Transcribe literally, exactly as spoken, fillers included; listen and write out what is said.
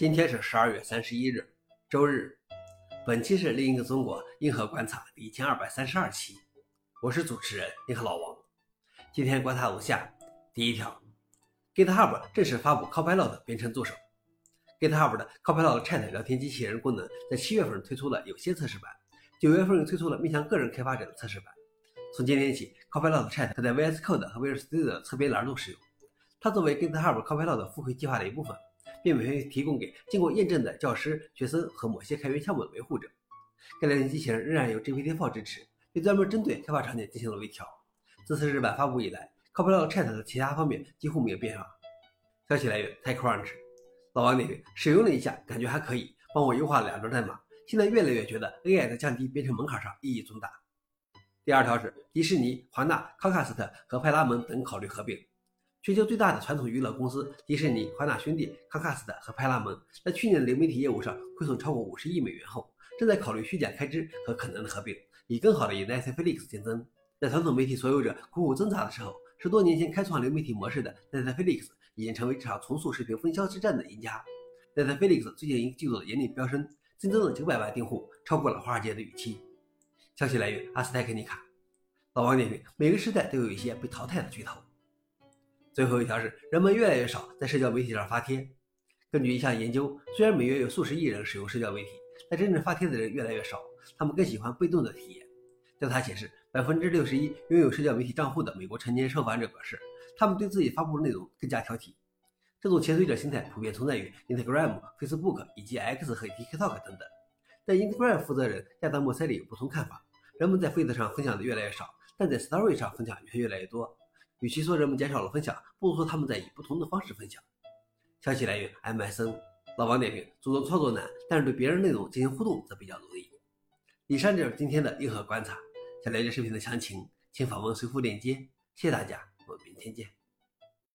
今天是十二月三十一日，周日。本期是另一个中国硬核观察第一千二百三十二期，我是主持人硬核老王。今天观察如下：第一条 ，GitHub 正式发布 Copilot 编程助手。GitHub 的 Copilot Chat 聊天机器人功能在七月份推出了有些测试版，九月份推出了面向个人开发者的测试版。从今天起 ，Copilot Chat 可在 V S Code 和 Visual Studio 的侧边栏中使用。它作为 GitHub Copilot 付费计划的一部分，并免费提供给经过验证的教师、学生和某些开源项目的维护者。该聊天机器人仍然有 G P T 四 支持，并专门针对开发场景进行了微调。自测试版发布以来 ，Copilot Chat 的其他方面几乎没有变化。消息来源 TechCrunch。老王那边使用了一下，感觉还可以，帮我优化了两段代码。现在越来越觉得 A I 在降低编程门槛上意义重大。第二条是迪士尼、华纳、康卡斯特和派拉蒙等考虑合并。全球最大的传统娱乐公司迪士尼、华纳兄弟、康卡斯特和派拉蒙在去年的流媒体业务上亏损超过五十亿美元后，正在考虑削减开支和可能的合并，以更好的与 Netflix 竞争。在传统媒体所有者苦苦挣扎的时候，十多年前开创流媒体模式的 Netflix 已经成为这场重塑视频分销之战的赢家。Netflix 最近一季度的盈利飙升，新增了九百万订户，超过了华尔街的预期。消息来源阿斯泰克尼卡。老王点评：每个时代都有一些被淘汰的巨头。最后一条是，人们越来越少在社交媒体上发帖。根据一项研究，虽然每月有数十亿人使用社交媒体，但真正发帖的人越来越少，他们更喜欢被动的体验。调查显示， 百分之六十一 拥有社交媒体账户的美国成年受访者表示，他们对自己发布的内容更加挑剔。这种潜水者心态普遍存在于 Instagram、Facebook 以及 X 和 TikTok 等等。但 Instagram 负责人亚当莫塞里有不同看法，人们在 Feed 上分享的越来越少，但在 Story 上分享却越来越多。与其说人们减少了分享，不如说他们在以不同的方式分享。消息来源 M S N。 老王点评：主动操作难，但是对别人内容进行互动则比较容易。以上就是今天的硬核观察。想了解视频的详情，请访问随附链接。谢谢大家，我们明天见。